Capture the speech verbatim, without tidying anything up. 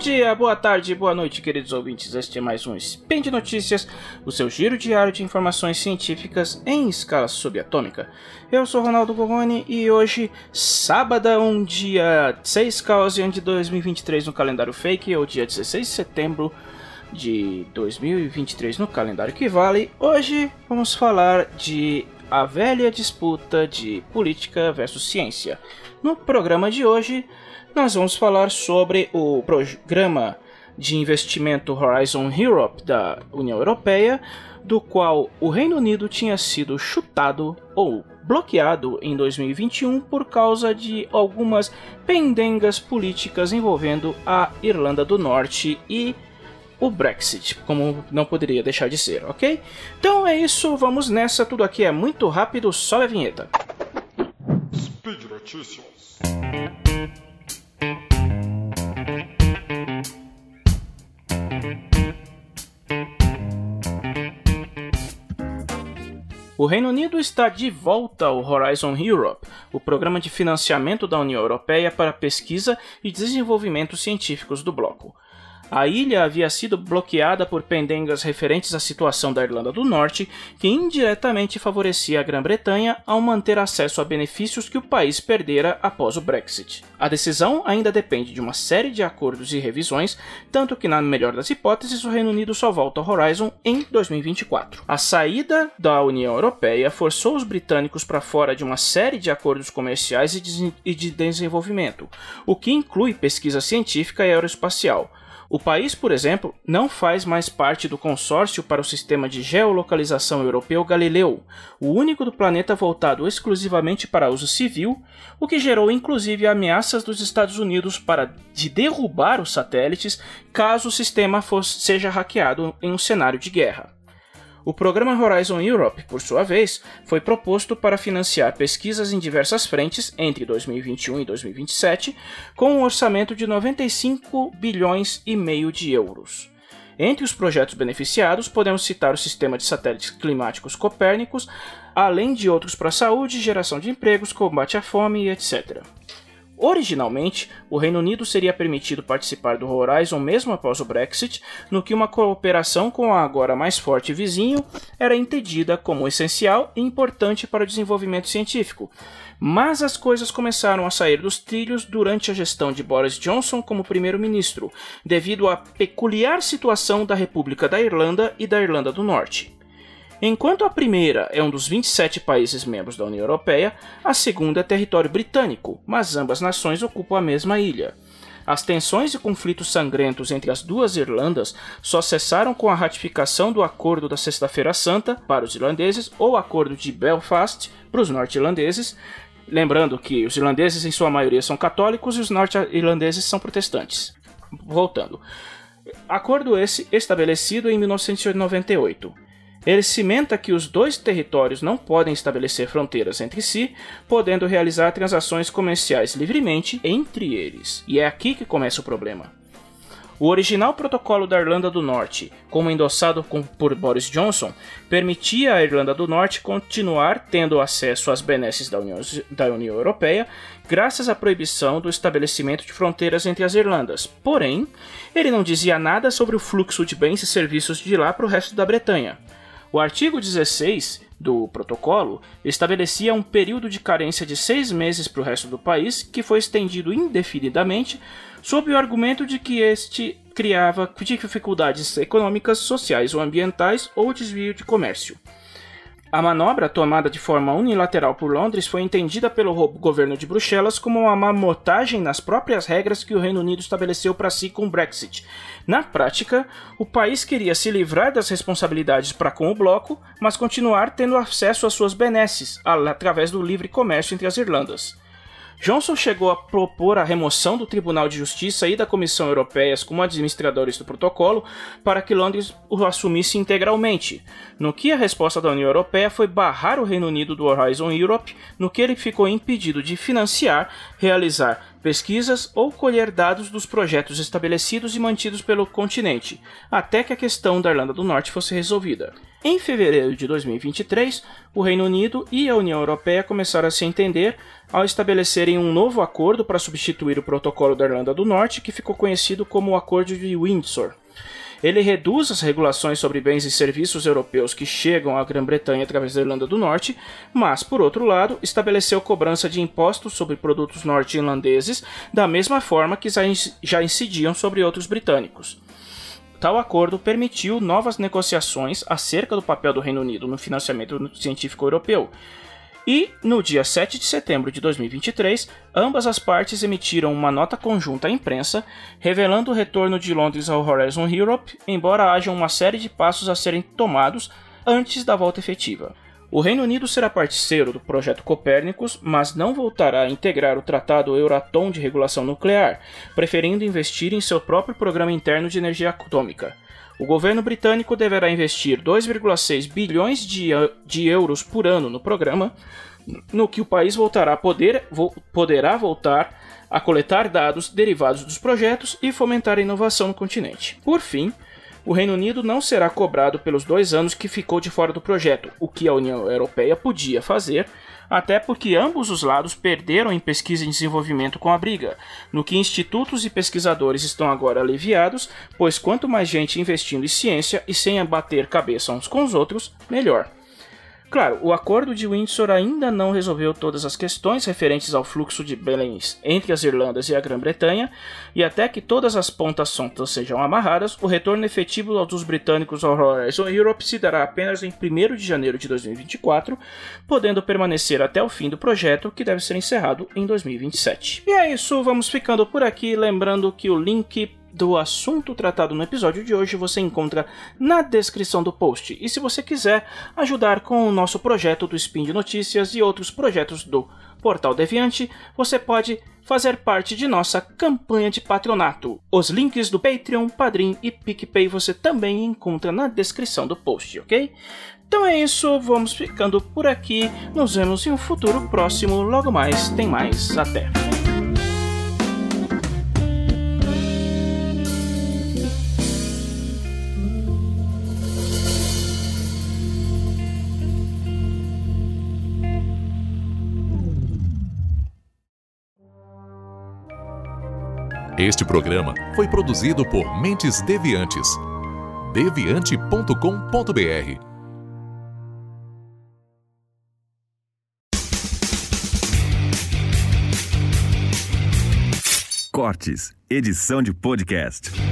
dia, boa tarde, boa noite, queridos ouvintes. Este é mais um Spin de Notícias, o seu giro diário de informações científicas em escala subatômica. Eu sou Ronaldo Gogoni e hoje, sábado, dia seis de dois mil e vinte e três no calendário fake, ou dia dezesseis de setembro de dois mil e vinte e três no calendário que vale, hoje vamos falar de a velha disputa de política versus ciência. No programa de hoje, nós vamos falar sobre o programa de investimento Horizon Europe da União Europeia, do qual o Reino Unido tinha sido chutado ou bloqueado em dois mil e vinte e um por causa de algumas pendengas políticas envolvendo a Irlanda do Norte e o Brexit, como não poderia deixar de ser, ok? Então é isso, vamos nessa, tudo aqui é muito rápido, sobe a vinheta. Speed Notícias. O Reino Unido está de volta ao Horizon Europe, o programa de financiamento da União Europeia para pesquisa e desenvolvimento científicos do bloco. A ilha havia sido bloqueada por pendengas referentes à situação da Irlanda do Norte, que indiretamente favorecia a Grã-Bretanha ao manter acesso a benefícios que o país perdera após o Brexit. A decisão ainda depende de uma série de acordos e revisões, tanto que, na melhor das hipóteses, o Reino Unido só volta ao Horizon em dois mil e vinte e quatro. A saída da União Europeia forçou os britânicos para fora de uma série de acordos comerciais e de desenvolvimento, o que inclui pesquisa científica e aeroespacial. O país, por exemplo, não faz mais parte do consórcio para o sistema de geolocalização europeu Galileu, o único do planeta voltado exclusivamente para uso civil, o que gerou inclusive ameaças dos Estados Unidos para de derrubar os satélites caso o sistema fosse, seja hackeado em um cenário de guerra. O programa Horizon Europe, por sua vez, foi proposto para financiar pesquisas em diversas frentes entre dois mil e vinte e um e dois mil e vinte e sete, com um orçamento de noventa e cinco bilhões e meio de euros. Entre os projetos beneficiados, podemos citar o sistema de satélites climáticos Copérnicos, além de outros para a saúde, geração de empregos, combate à fome e etcétera. Originalmente, o Reino Unido seria permitido participar do Horizon mesmo após o Brexit, no que uma cooperação com o agora mais forte vizinho era entendida como essencial e importante para o desenvolvimento científico. Mas as coisas começaram a sair dos trilhos durante a gestão de Boris Johnson como primeiro-ministro, devido à peculiar situação da República da Irlanda e da Irlanda do Norte. Enquanto a primeira é um dos vinte e sete países membros da União Europeia, a segunda é território britânico, mas ambas nações ocupam a mesma ilha. As tensões e conflitos sangrentos entre as duas Irlandas só cessaram com a ratificação do Acordo da Sexta-feira Santa para os irlandeses ou Acordo de Belfast para os norte-irlandeses, lembrando que os irlandeses em sua maioria são católicos e os norte-irlandeses são protestantes. Voltando. Acordo esse estabelecido em mil novecentos e noventa e oito. Ele cimenta que os dois territórios não podem estabelecer fronteiras entre si, podendo realizar transações comerciais livremente entre eles. E é aqui que começa o problema. O original protocolo da Irlanda do Norte, como endossado por Boris Johnson, permitia à Irlanda do Norte continuar tendo acesso às benesses da União, da União Europeia, graças à proibição do estabelecimento de fronteiras entre as Irlandas. Porém, ele não dizia nada sobre o fluxo de bens e serviços de lá para o resto da Bretanha. O artigo dezesseis do protocolo estabelecia um período de carência de seis meses para o resto do país, que foi estendido indefinidamente, sob o argumento de que este criava dificuldades econômicas, sociais ou ambientais ou desvio de comércio. A manobra, tomada de forma unilateral por Londres, foi entendida pelo governo de Bruxelas como uma mamotagem nas próprias regras que o Reino Unido estabeleceu para si com o Brexit. Na prática, o país queria se livrar das responsabilidades para com o bloco, mas continuar tendo acesso às suas benesses, através do livre comércio entre as Irlandas. Johnson chegou a propor a remoção do Tribunal de Justiça e da Comissão Europeia como administradores do protocolo para que Londres o assumisse integralmente, no que a resposta da União Europeia foi barrar o Reino Unido do Horizon Europe, no que ele ficou impedido de financiar, realizar pesquisas ou colher dados dos projetos estabelecidos e mantidos pelo continente, até que a questão da Irlanda do Norte fosse resolvida. Em fevereiro de dois mil e vinte e três, o Reino Unido e a União Europeia começaram a se entender ao estabelecerem um novo acordo para substituir o Protocolo da Irlanda do Norte, que ficou conhecido como o Acordo de Windsor. Ele reduz as regulações sobre bens e serviços europeus que chegam à Grã-Bretanha através da Irlanda do Norte, mas, por outro lado, estabeleceu cobrança de impostos sobre produtos norte-irlandeses da mesma forma que já incidiam sobre outros britânicos. Tal acordo permitiu novas negociações acerca do papel do Reino Unido no financiamento científico europeu. E, no dia sete de setembro de dois mil e vinte e três, ambas as partes emitiram uma nota conjunta à imprensa, revelando o retorno de Londres ao Horizon Europe, embora haja uma série de passos a serem tomados antes da volta efetiva. O Reino Unido será parceiro do projeto Copérnicos, mas não voltará a integrar o Tratado Euratom de Regulação Nuclear, preferindo investir em seu próprio programa interno de energia atômica. O governo britânico deverá investir dois vírgula seis bilhões de, de euros por ano no programa, no que o país voltará a poder, vo, poderá voltar a coletar dados derivados dos projetos e fomentar a inovação no continente. Por fim, o Reino Unido não será cobrado pelos dois anos que ficou de fora do projeto, o que a União Europeia podia fazer, até porque ambos os lados perderam em pesquisa e desenvolvimento com a briga, no que institutos e pesquisadores estão agora aliviados, pois quanto mais gente investindo em ciência e sem abater cabeça uns com os outros, melhor. Claro, o Acordo de Windsor ainda não resolveu todas as questões referentes ao fluxo de bens entre as Irlandas e a Grã-Bretanha, e até que todas as pontas soltas sejam amarradas, o retorno efetivo dos britânicos ao Horizon Europe se dará apenas em primeiro de janeiro de dois mil e vinte e quatro, podendo permanecer até o fim do projeto, que deve ser encerrado em dois mil e vinte e sete. E é isso, vamos ficando por aqui, lembrando que o link do assunto tratado no episódio de hoje você encontra na descrição do post. E se você quiser ajudar com o nosso projeto do Spin de Notícias e outros projetos do Portal Deviante, você pode fazer parte de nossa campanha de patronato. Os links do Patreon, Padrim e PicPay você também encontra na descrição do post, ok? Então é isso, vamos ficando por aqui, nos vemos em um futuro próximo, logo mais tem mais, até! Este programa foi produzido por Mentes Deviantes. deviante ponto com ponto b r. Cortes, edição de podcast.